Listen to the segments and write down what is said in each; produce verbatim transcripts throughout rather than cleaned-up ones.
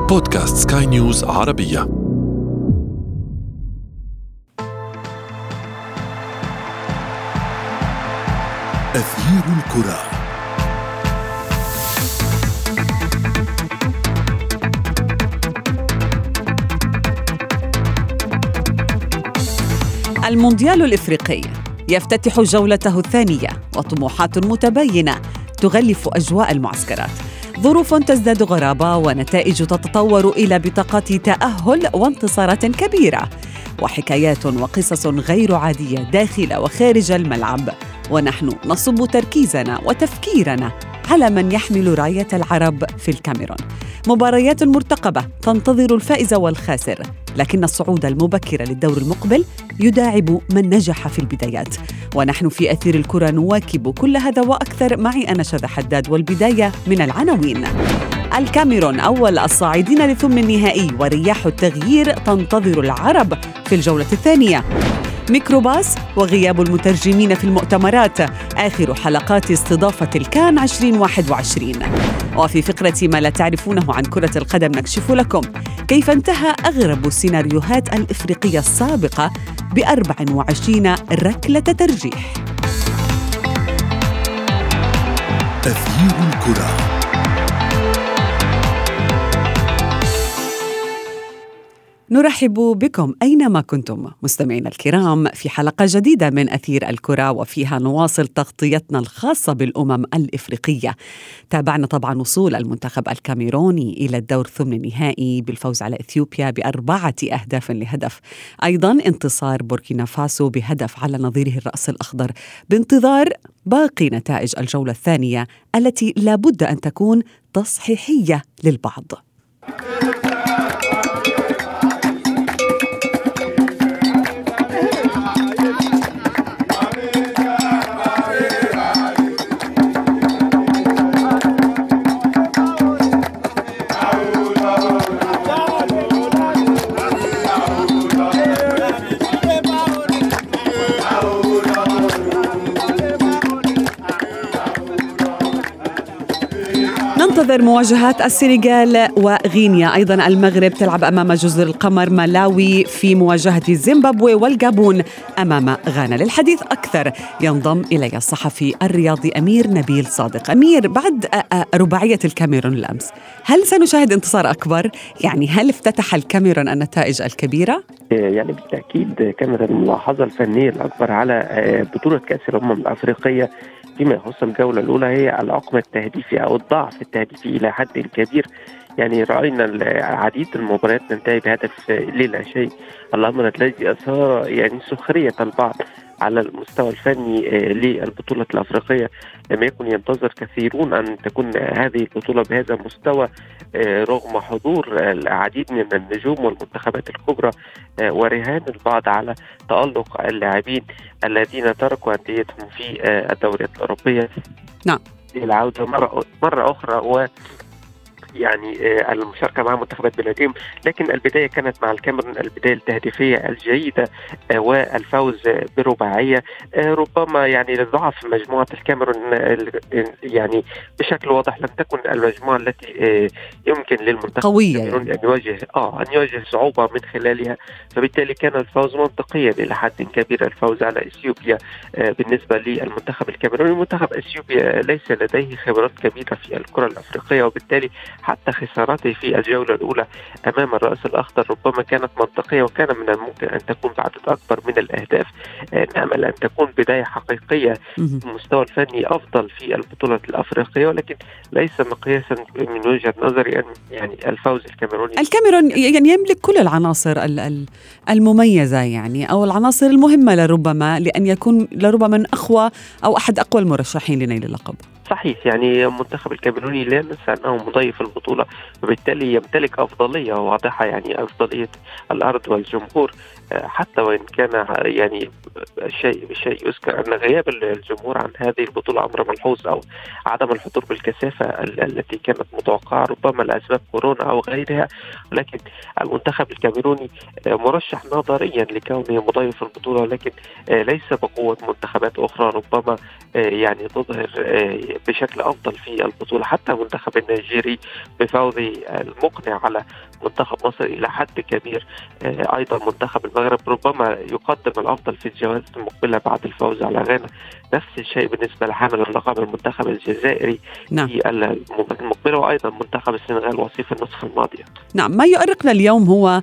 بودكاست سكاي نيوز عربية. أثير الكرة. المونديال الإفريقي يفتتح جولته الثانية وطموحات متباينة تغلف أجواء المعسكرات. ظروف تزداد غرابة ونتائج تتطور إلى بطاقات تأهل وانتصارات كبيرة، وحكايات وقصص غير عادية داخل وخارج الملعب. ونحن نصب تركيزنا وتفكيرنا على من يحمل راية العرب في الكاميرون. مباريات مرتقبة تنتظر الفائز والخاسر، لكن الصعود المبكر للدور المقبل يداعب من نجح في البدايات. ونحن في أثير الكرة نواكب كل هذا وأكثر. معي أنا شذى حداد، والبداية من العناوين. الكاميرون أول الصاعدين لثمن النهائي، ورياح التغيير تنتظر العرب في الجولة الثانية. ميكروباص وغياب المترجمين في المؤتمرات، آخر حلقات استضافة الكان عشرين واحد وعشرين. وفي فقرة ما لا تعرفونه عن كرة القدم نكشف لكم كيف انتهى أغرب السيناريوهات الإفريقية السابقة بأربع وعشرين ركلة ترجيح. أثير الكرة. نرحب بكم أينما كنتم مستمعينا الكرام في حلقة جديدة من أثير الكرة، وفيها نواصل تغطيتنا الخاصة بالأمم الإفريقية. تابعنا طبعا وصول المنتخب الكاميروني إلى الدور ثمن النهائي بالفوز على إثيوبيا بأربعة أهداف لهدف، أيضا انتصار بوركينا فاسو بهدف على نظيره الرأس الأخضر، بانتظار باقي نتائج الجولة الثانية التي لا بد أن تكون تصحيحية للبعض. ننتظر مواجهات السنغال وغينيا، أيضا المغرب تلعب أمام جزر القمر، مالاوي في مواجهة زيمبابوي، والجابون أمام غانا. للحديث أكثر ينضم إلي الصحفي الرياضي أمير نبيل صادق. أمير، بعد رباعية الكاميرون الأمس، هل سنشاهد انتصار أكبر؟ يعني هل افتتح الكاميرون النتائج الكبيرة؟ يعني بالتأكيد كانت الملاحظة الفنية الأكبر على بطولة كأس الأمم الأفريقية فيما يخص الجولة الأولى هي العقم التهديفي أو الضعف التهديفي إلى حد كبير. يعني رأينا العديد المباريات تنتهي بهدف لا شيء، الأمر الذي أثار يعني سخرية البعض على المستوى الفني للبطولة الأفريقية. لم يكن ينتظر كثيرون أن تكون هذه البطولة بهذا المستوى رغم حضور العديد من النجوم والمنتخبات الكبرى، ورهان البعض على تألق اللاعبين الذين تركوا أنديتهم في الدوريات الأوروبية. نعم، للعودة مرة مرة أخرى و يعني المشاركة مع منتخبات بلادهم. لكن البداية كانت مع الكاميرون البداية التهديفية الجيدة والفوز برباعية. ربما يعني لضعف مجموعة الكاميرون يعني بشكل واضح لم تكن المجموعة التي يمكن للمنتخب الكاميرون يعني. أن يواجه آه أن يواجه صعوبة من خلالها، فبالتالي كان الفوز منطقيا إلى حد كبير، الفوز على إثيوبيا. بالنسبة للمنتخب الكاميروني، منتخب إثيوبيا ليس لديه خبرات كبيرة في الكرة الأفريقية، وبالتالي حتى خسارته في الجولة الأولى أمام الرأس الأخضر ربما كانت منطقية، وكان من الممكن أن تكون بعدد أكبر من الأهداف. نأمل أن تكون بداية حقيقية المستوى الفني أفضل في البطولة الأفريقية، ولكن ليس مقياسا من وجهة نظري أن يعني الفوز الكاميروني. الكاميرون يعني يملك كل العناصر المميزة يعني أو العناصر المهمة لربما لأن يكون لربما من أقوى أو أحد أقوى المرشحين لنيل اللقب. صحيح، يعني المنتخب الكاميروني لا ننسى أنه مضيف البطولة، وبالتالي يمتلك أفضلية واضحة، يعني أفضلية الأرض والجمهور. حتى وإن كان يعني شيء شيء يذكر أن غياب الجمهور عن هذه البطولة أمر ملحوظ، أو عدم الحضور بالكثافة التي كانت متوقعة ربما لأسباب كورونا أو غيرها، ولكن المنتخب الكاميروني مرشح نظريا لكونه مضيف البطولة، لكن ليس بقوة منتخبات أخرى ربما يعني تظهر بشكل أفضل في البطولة. حتى المنتخب النيجيري بفوزه المقنع على منتخب مصر إلى حد كبير. أيضا منتخب المغرب ربما يقدم الأفضل في الجولات المقبلة بعد الفوز على غانا. نفس الشيء بالنسبة لحامل اللقب المنتخب الجزائري نعم. في المقبلة، وأيضا منتخب السنغال وصيف النسخة الماضية. نعم. ما يؤرقنا اليوم هو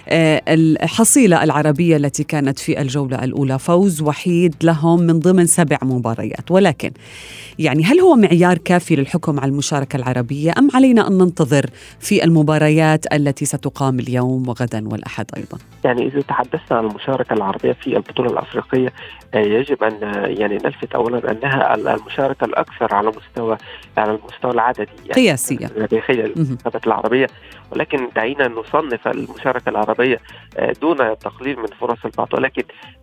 الحصيلة العربية التي كانت في الجولة الأولى، فوز وحيد لهم من ضمن سبع مباريات، ولكن يعني هل هو معيار كافي للحكم على المشاركة العربية أم علينا أن ننتظر في المباريات التي ستقام اليوم وغدا والأحد أيضا؟ يعني إذا تحدثنا عن المشاركة العربية في البطولة الأفريقية يجب أن يعني نلفت أولا أنها المشاركة الأكثر على مستوى على المستوى العددي يعني قياسية تاريخية للمنتخبات العربية، ولكن دعينا نصنف المشاركة العربية دون تقليل من فرص البعض. ولكن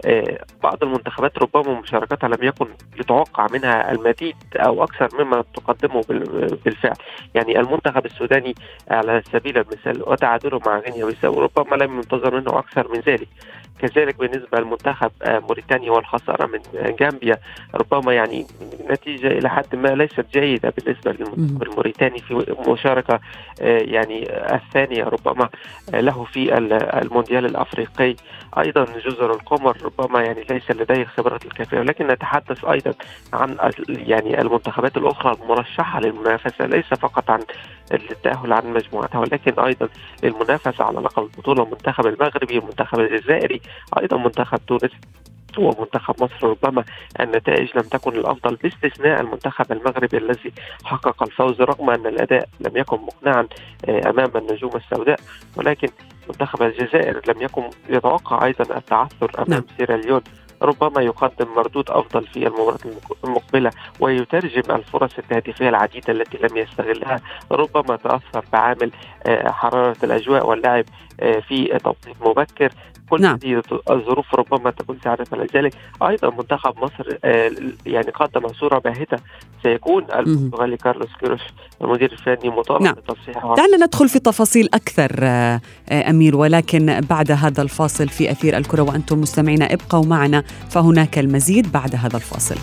بعض المنتخبات ربما مشاركتها لم يكن يتوقع منها المزيد أو أكثر مما تقدمه بالفعل. يعني المنتخب السوداني على سبيل المثال وتعادله مع غينيا بيساو ربما لم ينتظر منه أكثر من ذلك. كذلك بالنسبة للمنتخب موريتانيا والخسارة من جامبيا ربما يعني نتيجة إلى حد ما ليست جيدة بالنسبة للمنتخب الموريتاني في مشاركة يعني الثانية ربما له في المونديال الأفريقي. أيضا جزر القمر ربما يعني ليس لديه خبرة الكافية، ولكن نتحدث أيضا عن يعني المنتخبات الأخرى المرشحة للمنافسة، ليس فقط عن التأهل عن مجموعتها ولكن أيضا للمنافسة على لقب البطولة. المنتخب المغربي، المنتخب الجزائري، أيضا منتخب تونس ومنتخب مصر ربما النتائج لم تكن الأفضل باستثناء المنتخب المغربي الذي حقق الفوز رغم أن الأداء لم يكن مقنعا أمام النجوم السوداء. ولكن منتخب الجزائر لم يكن يتوقع أيضا التعثر أمام سيراليون، ربما يقدم مردود أفضل في المباراة المقبلة ويترجم الفرص التهديفية العديدة التي لم يستغلها. ربما تأثر بعامل حرارة الأجواء واللعب في توقيت مبكر. كل نعم. هذه الظروف ربما تكون ساعدت على ذلك. أيضا منتخب مصر يعني قدم صورة باهتة. سيكون البرتغالي كارلوس كيروش المدير الفني مطالب نعم. بتصحيحها. دعنا ندخل في تفاصيل أكثر أمير، ولكن بعد هذا الفاصل في أثير الكرة، وأنتم مستمعين ابقوا معنا فهناك المزيد بعد هذا الفاصل.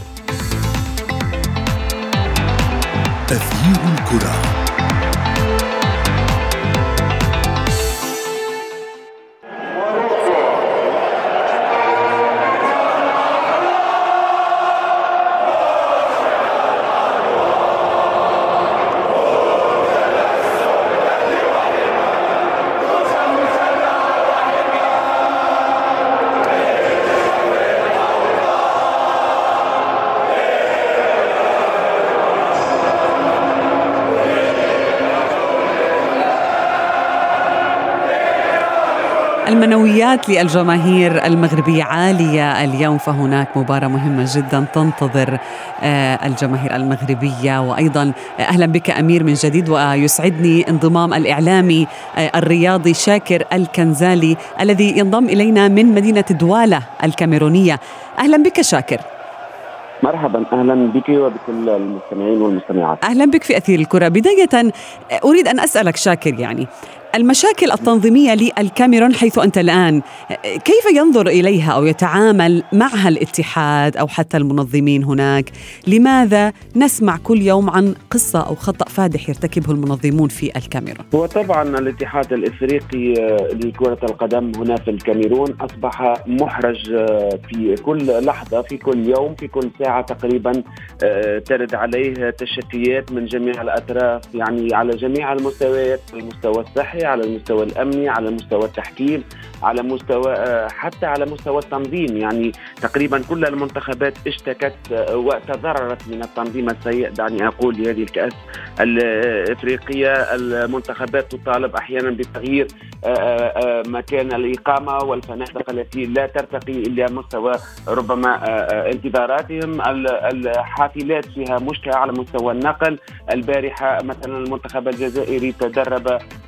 أثير الكرة. المعنويات للجماهير المغربية عالية اليوم، فهناك مباراة مهمة جدا تنتظر الجماهير المغربية. وأيضا أهلا بك أمير من جديد، ويسعدني انضمام الإعلامي الرياضي شاكر الكنزالي الذي ينضم إلينا من مدينة دوالة الكاميرونية. أهلا بك شاكر. مرحبا، أهلا بك وبكل المستمعين والمستمعات. أهلا بك في أثير الكرة. بداية أريد أن أسألك شاكر، يعني المشاكل التنظيمية للكاميرون حيث أنت الآن، كيف ينظر إليها أو يتعامل معها الاتحاد أو حتى المنظمين هناك؟ لماذا نسمع كل يوم عن قصة أو خطأ فادح يرتكبه المنظمون في الكاميرون؟ هو طبعا الاتحاد الإفريقي لكرة القدم هنا في الكاميرون أصبح محرج في كل لحظة، في كل يوم، في كل ساعة تقريبا ترد عليه تشكيات من جميع الأطراف، يعني على جميع المستويات، المستوى الصحي، على المستوى الأمني، على مستوى التحكيم، على مستوى حتى على مستوى التنظيم. يعني تقريبا كل المنتخبات اشتكت وتضررت من التنظيم السيء. دعني أقول لهذه الكأس الإفريقية المنتخبات تطالب أحيانا بتغيير مكان الإقامة والفنادق التي لا ترتقي إلى مستوى ربما انتظاراتهم. الحافلات فيها مشكلة على مستوى النقل. البارحة مثلا المنتخب الجزائري تدرب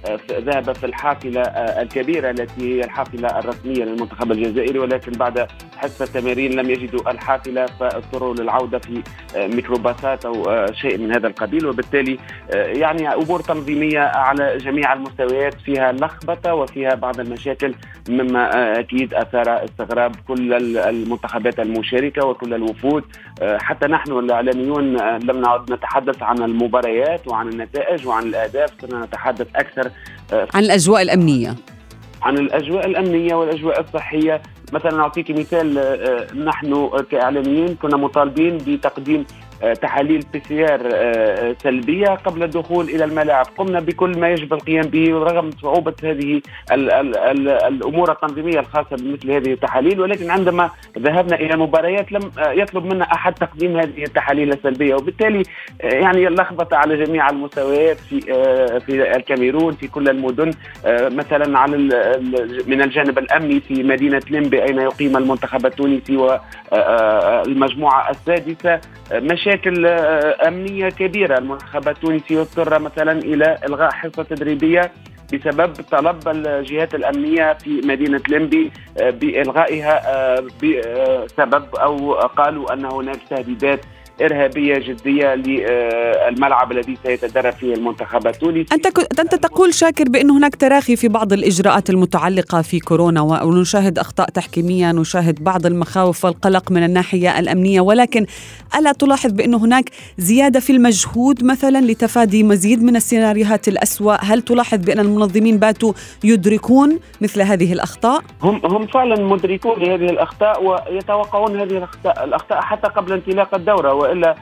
ذهب في الحافلة الكبيرة التي هي الحافلة الرسمية للمنتخب الجزائري، ولكن بعد حصة التمارين لم يجدوا الحافلة فاضطروا للعودة في ميكروباصات أو شيء من هذا القبيل. وبالتالي يعني أمور تنظيمية على جميع المستويات فيها لخبطة وفيها بعض المشاكل، مما أكيد أثار استغراب كل المنتخبات المشاركة وكل الوفود. حتى نحن الإعلاميون لم نعد نتحدث عن المباريات وعن النتائج وعن الأهداف، كنا نتحدث أكثر عن الأجواء الأمنية عن الأجواء الأمنية والأجواء الصحية. مثلا أعطيك مثال، نحن كإعلاميين كنا مطالبين بتقديم تحاليل بي سي ار سلبية قبل الدخول إلى الملاعب، قمنا بكل ما يجب القيام به رغم صعوبة هذه ال ال ال الأمور التنظيمية الخاصة بمثل هذه التحاليل، ولكن عندما ذهبنا إلى المباريات لم يطلب منا أحد تقديم هذه التحاليل السلبية، وبالتالي يعني اللخبطة على جميع المستويات في في الكاميرون في كل المدن. مثلا على من الجانب الأمني في مدينة ليمبي أين يقيم المنتخب التونسي والمجموعة السادسة مشاكل أمنية كبيرة. المنتخب التونسي اضطر مثلا إلى إلغاء حصة تدريبية بسبب طلب الجهات الأمنية في مدينة ليمبي بإلغائها بسبب أو قالوا أن هناك تهديدات إرهابية جدية للملعب الذي سيتدرب فيه المنتخب التونسي. أنت أنت تقول شاكر بأن هناك تراخي في بعض الإجراءات المتعلقة في كورونا، ونشاهد أخطاء تحكيمية، نشاهد بعض المخاوف والقلق من الناحية الأمنية، ولكن ألا تلاحظ بأن هناك زيادة في المجهود مثلا لتفادي مزيد من السيناريوهات الأسوأ؟ هل تلاحظ بأن المنظمين باتوا يدركون مثل هذه الأخطاء؟ هم هم فعلا مدركون لهذه الأخطاء ويتوقعون هذه الأخطاء, الأخطاء حتى قبل انطلاق الدورة، وإلا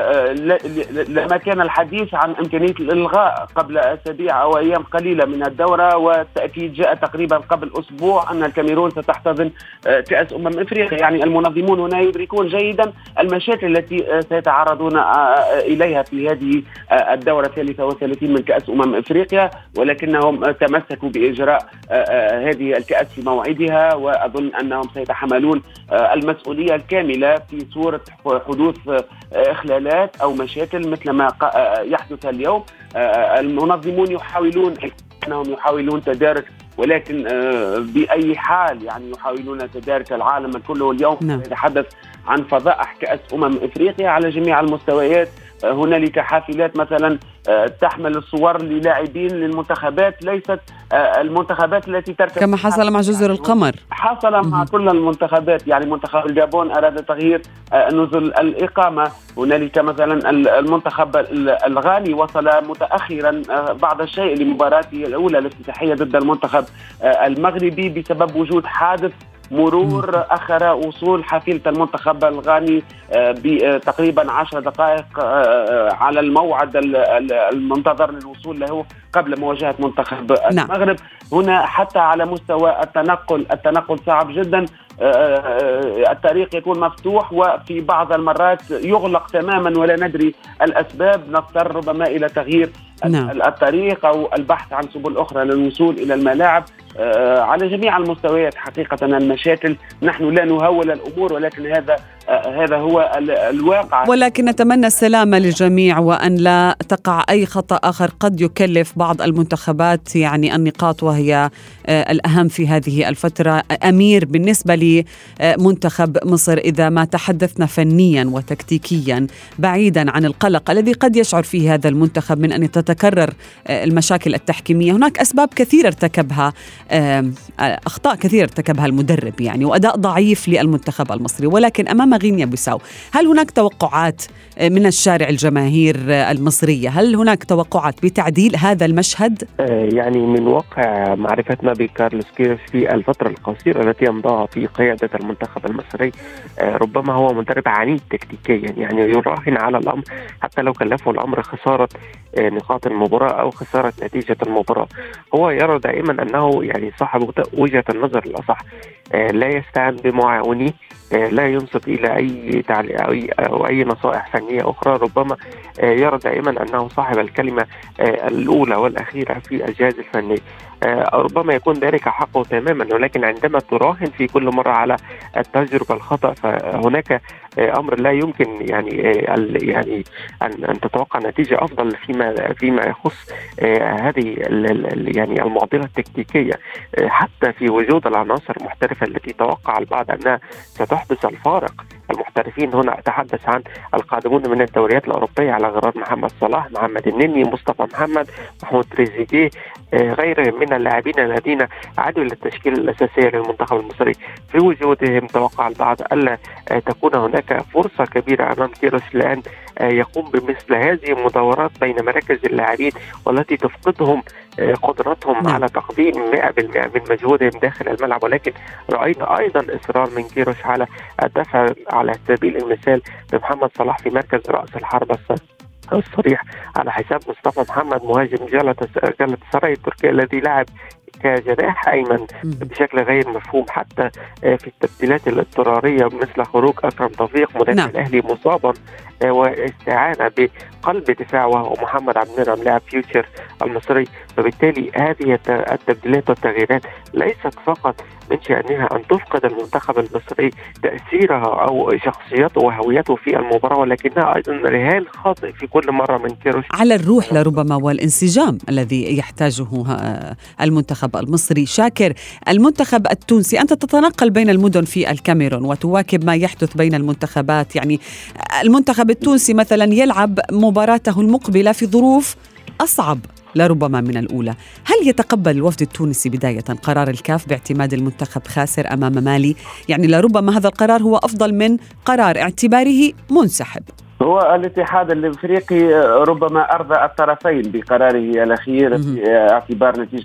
لما كان الحديث عن إمكانية الإلغاء قبل أسابيع أو أيام قليلة من الدورة، والتأكيد جاء تقريبا قبل أسبوع أن الكاميرون ستحتضن كأس أمم إفريقيا. يعني المنظمون هنا يدركون جيدا المشاكل التي سيتعرضون إليها في هذه الدورة الثالثة والثلاثين من كأس أمم إفريقيا، ولكنهم تمسكوا بإجراء هذه الكأس في موعدها، وأظن أنهم سيتحملون المسؤولية الكاملة في صورة حدوث إخلالات أو مشاكل مثل ما يحدث اليوم. المنظمون يحاولون أنهم يحاولون تدارك، ولكن بأي حال يعني يحاولون تدارك العالم كله اليوم. يتحدث عن فضائح كأس أمم إفريقيا على جميع المستويات. هنالك حافلات مثلا تحمل الصور للاعبين للمنتخبات، ليست المنتخبات التي تركب كما حصل مع جزر القمر، حصل مع كل المنتخبات. يعني منتخب اليابان أراد تغيير نزل الإقامة. هنالك مثلا المنتخب الغاني وصل متأخرا بعض الشيء لمباراته الأولى الافتتاحية ضد المنتخب المغربي بسبب وجود حادث مرور أخر وصول حافلة المنتخب الغاني بتقريبا عشر دقائق على الموعد المنتظر للوصول له قبل مواجهة منتخب المغرب. هنا حتى على مستوى التنقل التنقل صعب جدا. الطريق يكون مفتوح وفي بعض المرات يغلق تماما ولا ندري الأسباب، نضطر ربما إلى تغيير نعم. الطريق أو البحث عن سبل أخرى للوصول إلى الملاعب. على جميع المستويات حقيقة المشاكل، نحن لا نهول الأمور، ولكن هذا هذا هو الواقع. ولكن نتمنى السلامة للجميع وأن لا تقع أي خطأ آخر قد يكلف بعض المنتخبات يعني النقاط، وهي الأهم في هذه الفترة. أمير، بالنسبة لمنتخب مصر، إذا ما تحدثنا فنيا وتكتيكيا بعيدا عن القلق الذي قد يشعر فيه هذا المنتخب من أن تتكرر المشاكل التحكيمية، هناك أسباب كثيرة ارتكبها، أخطاء كثيرة ارتكبها المدرب يعني، وأداء ضعيف للمنتخب المصري. ولكن أمام غينيا بيساو، هل هناك توقعات من الشارع الجماهير المصرية؟ هل هناك توقعات بتعديل هذا المشهد؟ يعني من واقع معرفتنا بكارلوس كيروش في الفترة القصيرة التي أمضاها في قيادة المنتخب المصري، ربما هو مدرب عنيد تكتيكيا، يعني يراهن على الأمر حتى لو كلفه الأمر خسارة نقاط المباراة أو خسارة نتيجة المباراة. هو يرى دائما أنه يعني صاحب وجهة النظر الأصح، لا يستعان بمعاونيه، لا ينصت إلى أي تعليق أو أي نصائح فنية أخرى. ربما يرى دائما أنه صاحب الكلمة الأولى والأخيرة في الجهاز الفني. ربما يكون ذلك حقه تماما، ولكن عندما تراهن في كل مرة على التجربة الخطأ فهناك أمر لا يمكن يعني يعني أن أن تتوقع نتيجة أفضل فيما فيما يخص هذه يعني المعضلة التكتيكية، حتى في وجود العناصر المحترفة التي توقع البعض أنها ستحدث الفارق. المحترفين هنا أتحدث عن القادمون من الدوريات الأوروبية على غرار محمد صلاح، محمد النني، مصطفى محمد، محمود تريزيجيه، غيرهم من اللاعبين الذين عادوا للتشكيلة الأساسية للمنتخب المصري. في وجودهم توقع البعض ألا تكون هناك فرصة كبيرة أمام كيروش لأن يقوم بمثل هذه المدورات بين مراكز اللاعبين والتي تفقدهم قدرتهم نعم. على تقديم مئة بالمئة من مجهودهم داخل الملعب. ولكن رأينا أيضا إصرار من كيروش على الدفع على سبيل المثال بمحمد صلاح في مركز رأس الحربة الصريح على حساب مصطفى محمد مهاجم جالة سراي التركي الذي لعب كجناح أيمن بشكل غير مفهوم، حتى في التبديلات الاضطرارية مثل خروج أكرم توفيق مدافع نعم. الأهلي مصابا واستعانة بقلب دفاع وهو محمد عبد المنعم لاعب فيوتشر المصري. فبالتالي هذه التبديلات والتغييرات ليست فقط من شأنها أن تفقد المنتخب المصري تأثيرها أو شخصيته وهويته في المباراة، ولكنها أيضا رهان خاطئ في كل مرة من كيروش على الروح لربما والانسجام الذي يحتاجه المنتخب المصري. شاكر، المنتخب التونسي، أنت تتنقل بين المدن في الكاميرون وتواكب ما يحدث بين المنتخبات، يعني المنتخب التونسي مثلا يلعب مباراته المقبلة في ظروف أصعب لربما من الأولى. هل يتقبل الوفد التونسي بداية قرار الكاف باعتماد المنتخب خاسر أمام مالي؟ يعني لربما هذا القرار هو أفضل من قرار اعتباره منسحب. هو الاتحاد الافريقي ربما ارضى الطرفين بقراره الاخير في اعتبار نتيجه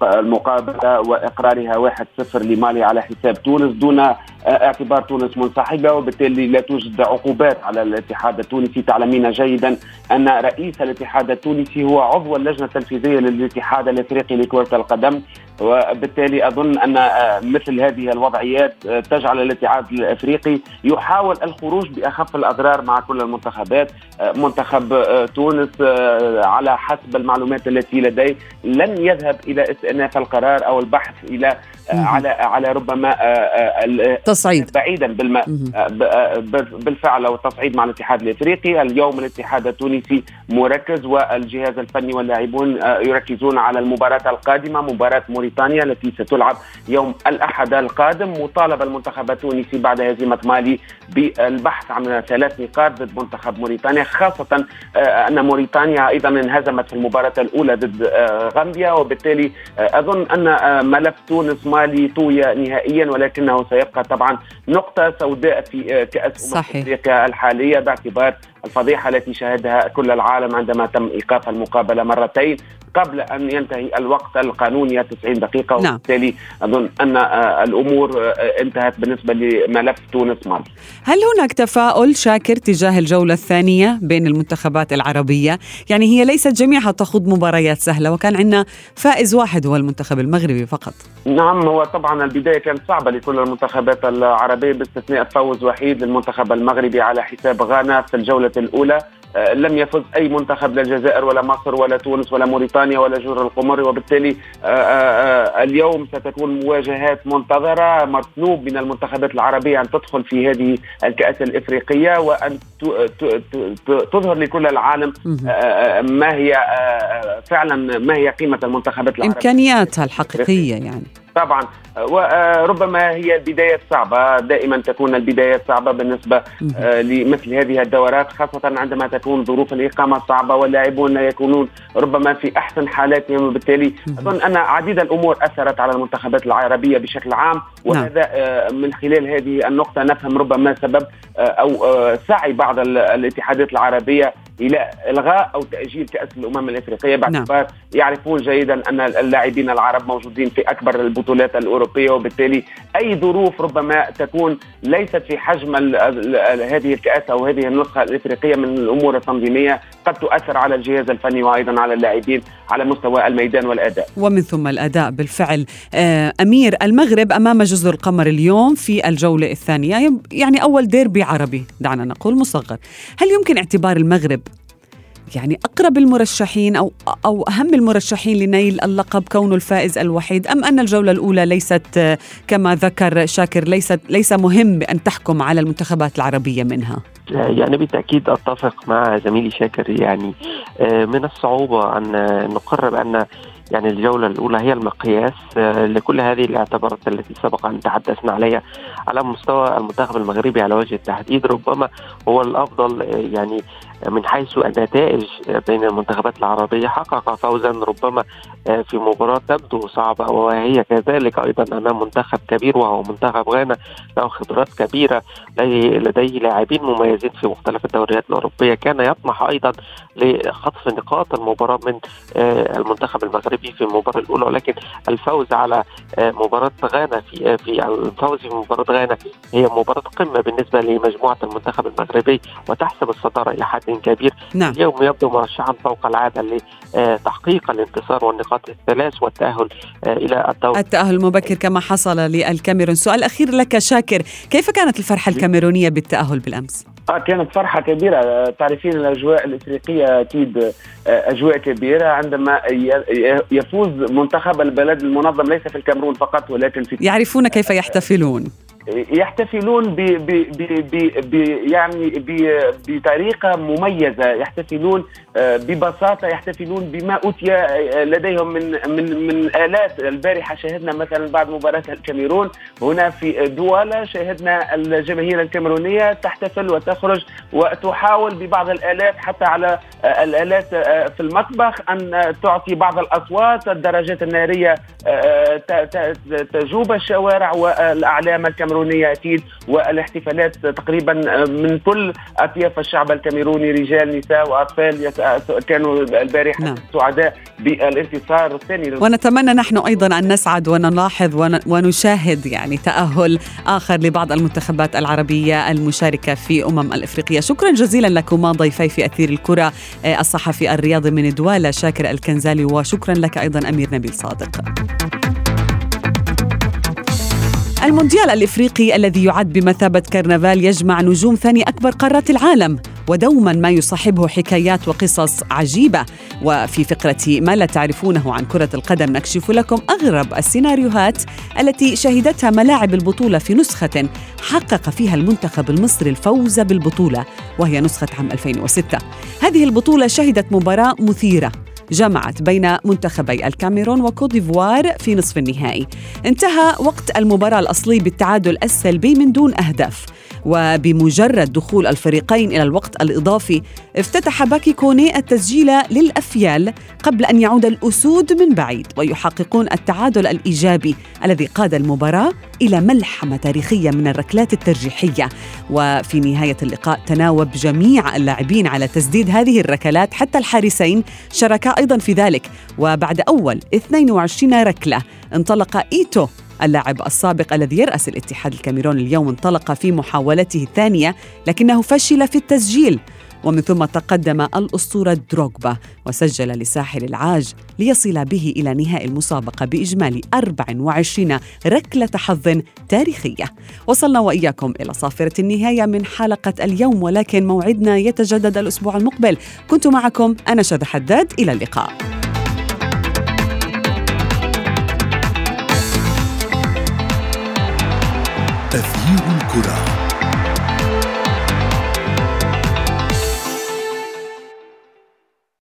المقابله واقرارها واحد صفر لمالي على حساب تونس دون اعتبار تونس منسحبه، وبالتالي لا توجد عقوبات على الاتحاد التونسي. تعلمين جيدا ان رئيس الاتحاد التونسي هو عضو اللجنه التنفيذيه للاتحاد الافريقي لكره القدم، وبالتالي أظن أن مثل هذه الوضعيات تجعل الاتحاد الأفريقي يحاول الخروج بأخف الأضرار مع كل المنتخبات. منتخب تونس على حسب المعلومات التي لدي لن يذهب إلى استئناف القرار أو البحث إلى على على ربما تصعيد بعيدا بالفعل او التصعيد مع الاتحاد الافريقي. اليوم الاتحاد التونسي مركز والجهاز الفني واللاعبون يركزون على المباراة القادمة، مباراة موريتانيا التي ستلعب يوم الأحد القادم. مطالب المنتخب التونسي بعد هزيمة مالي بالبحث عن ثلاث نقاط ضد منتخب موريتانيا، خاصة أن موريتانيا أيضا انهزمت في المباراة الأولى ضد غامبيا، وبالتالي أظن أن ملف تونس مالي طوية نهائيا، ولكنه سيبقى طبعا نقطة سوداء في كأس أمم أفريقيا الحالية باعتبار الفضيحة التي شهدها كل العالم عندما تم إيقاف المقابلة مرتين قبل أن ينتهي الوقت القانوني تسعين دقيقة. نعم. وبالتالي أظن أن الأمور انتهت بالنسبة لملف تونس مالي. هل هناك تفاؤل شاكر تجاه الجولة الثانية بين المنتخبات العربية؟ يعني هي ليست جميعها تخوض مباريات سهلة، وكان عندنا فائز واحد هو المنتخب المغربي فقط. نعم، هو طبعا البداية كانت صعبة لكل المنتخبات العربية باستثناء فوز وحيد للمنتخب المغربي على حساب غانا في الجولة الأولى. لم يفز أي منتخب، لا الجزائر ولا مصر ولا تونس ولا موريتانيا ولا جزر القمر، وبالتالي اليوم ستكون مواجهات منتظرة. مطلوب من المنتخبات العربية أن تدخل في هذه الكأس الإفريقية وأن تظهر لكل العالم ما هي فعلا ما هي قيمة المنتخبات العربية، إمكانياتها الحقيقية يعني. طبعا وربما هي البداية صعبة، دائما تكون البداية صعبة بالنسبة لمثل هذه الدورات، خاصة عندما تكون ظروف الإقامة صعبة واللاعبون لا يكونون ربما في أحسن حالاتهم، وبالتالي أظن أن عديد الأمور أثرت على المنتخبات العربية بشكل عام. وهذا من خلال هذه النقطة نفهم ربما سبب أو سعي بعض الاتحادات العربية إلى إلغاء أو تأجيل كأس الأمم الإفريقية باعتبار يعرفون جيدا أن اللاعبين العرب موجودين في أكبر البطولات الأوروبية، وبالتالي أي ظروف ربما تكون ليست في حجم هذه الكأس أو هذه النسخة الإفريقية من الأمور التنظيمية قد تؤثر على الجهاز الفني وأيضا على اللاعبين على مستوى الميدان والأداء. ومن ثم الأداء بالفعل. أمير، المغرب أمام جزر القمر اليوم في الجولة الثانية، يعني أول ديربي عربي دعنا نقول مصغر. هل يمكن اعتبار المغرب يعني أقرب المرشحين أو أو أهم المرشحين لنيل اللقب كونه الفائز الوحيد، أم أن الجولة الأولى ليست كما ذكر شاكر ليست ليس مهم أن تحكم على المنتخبات العربية منها؟ يعني بالتأكيد أتفق مع زميلي شاكر. يعني من الصعوبة أن نقرر بأن يعني الجولة الأولى هي المقياس لكل هذه الاعتبارات التي سبق أن تحدثنا عليها. على مستوى المنتخب المغربي على وجه التحديد ربما هو الأفضل يعني من حيث النتائج بين المنتخبات العربية، حقق فوزا ربما في مباراة تبدو صعبة، وهي كذلك أيضا أمام منتخب كبير وهو منتخب غانا له خبرات كبيرة، لديه لاعبين مميزين في مختلف الدوريات الأوروبية. كان يطمح أيضا لخطف نقاط المباراة من المنتخب المغربي في المباراة الأولى، ولكن الفوز على مباراة غانا في في الفوز في مباراة غانا هي مباراة قمة بالنسبة لمجموعة المنتخب المغربي وتحسب الصدارة إلى حد كبير. نعم. اليوم يبدو مرشحا فوق العادة لتحقيق الانتصار والنقاط الثلاث والتأهل إلى الدور التأهل المبكر كما حصل للكاميرون. سؤال أخير لك شاكر، كيف كانت الفرحة الكاميرونية بالتأهل بالأمس؟ آه كانت فرحة كبيرة. تعرفين الأجواء الإفريقية أكيد أجواء كبيرة عندما يفوز منتخب البلد المنظم ليس في الكاميرون فقط ولكن في يعرفون كيف يحتفلون يحتفلون ب ب ب ب يعني ب بطريقة مميزة، يحتفلون ببساطة، يحتفلون بما أوتي لديهم من من من آلات. البارحة شاهدنا مثلا بعد مباراة الكاميرون هنا في دوالة، شاهدنا الجماهير الكاميرونية تحتفل وتخرج وتحاول ببعض الآلات حتى على الآلات في المطبخ أن تعطي بعض الأصوات. الدراجات النارية تجوب الشوارع والأعلام الكاميرونية أكيد، والاحتفالات تقريبا من كل أطياف الشعب الكاميروني، رجال نساء وأطفال كانوا البارحة نعم. سعداء بالانتصار الثاني. ونتمنى نحن أيضا أن نسعد ونلاحظ ونشاهد يعني تأهل آخر لبعض المنتخبات العربية المشاركة في أمم الإفريقية. شكرا جزيلا لكما ضيفي في أثير الكرة، الصحفي الرياضي من دوالة شاكر الكنزالي، وشكرا لك أيضا أمير نبيل صادق. المونديال الإفريقي الذي يعد بمثابة كرنفال يجمع نجوم ثاني أكبر قارات العالم، ودوما ما يصاحبه حكايات وقصص عجيبة. وفي فقرة ما لا تعرفونه عن كرة القدم نكشف لكم أغرب السيناريوهات التي شهدتها ملاعب البطولة في نسخة حقق فيها المنتخب المصري الفوز بالبطولة، وهي نسخة عام ألفين وستة. هذه البطولة شهدت مباراة مثيرة جمعت بين منتخبي الكاميرون وكوت ديفوار في نصف النهائي. انتهى وقت المباراة الأصلي بالتعادل السلبي من دون أهداف، وبمجرد دخول الفريقين إلى الوقت الإضافي افتتح باكي كوني التسجيل للأفيال قبل أن يعود الأسود من بعيد ويحققون التعادل الإيجابي الذي قاد المباراة إلى ملحمة تاريخية من الركلات الترجيحية. وفي نهاية اللقاء تناوب جميع اللاعبين على تسديد هذه الركلات، حتى الحارسين شاركا أيضا في ذلك. وبعد أول اثنين وعشرين ركلة انطلق إيتو اللاعب السابق الذي يرأس الاتحاد الكاميروني اليوم، انطلق في محاولته الثانية لكنه فشل في التسجيل، ومن ثم تقدم الأسطورة دروغبا وسجل لساحل العاج ليصل به إلى نهائي المسابقة بإجمالي أربع وعشرين ركلة حظ تاريخية. وصلنا وإياكم إلى صافرة النهاية من حلقة اليوم، ولكن موعدنا يتجدد الأسبوع المقبل. كنت معكم أنا شذى حداد، إلى اللقاء. تغيير الكرة.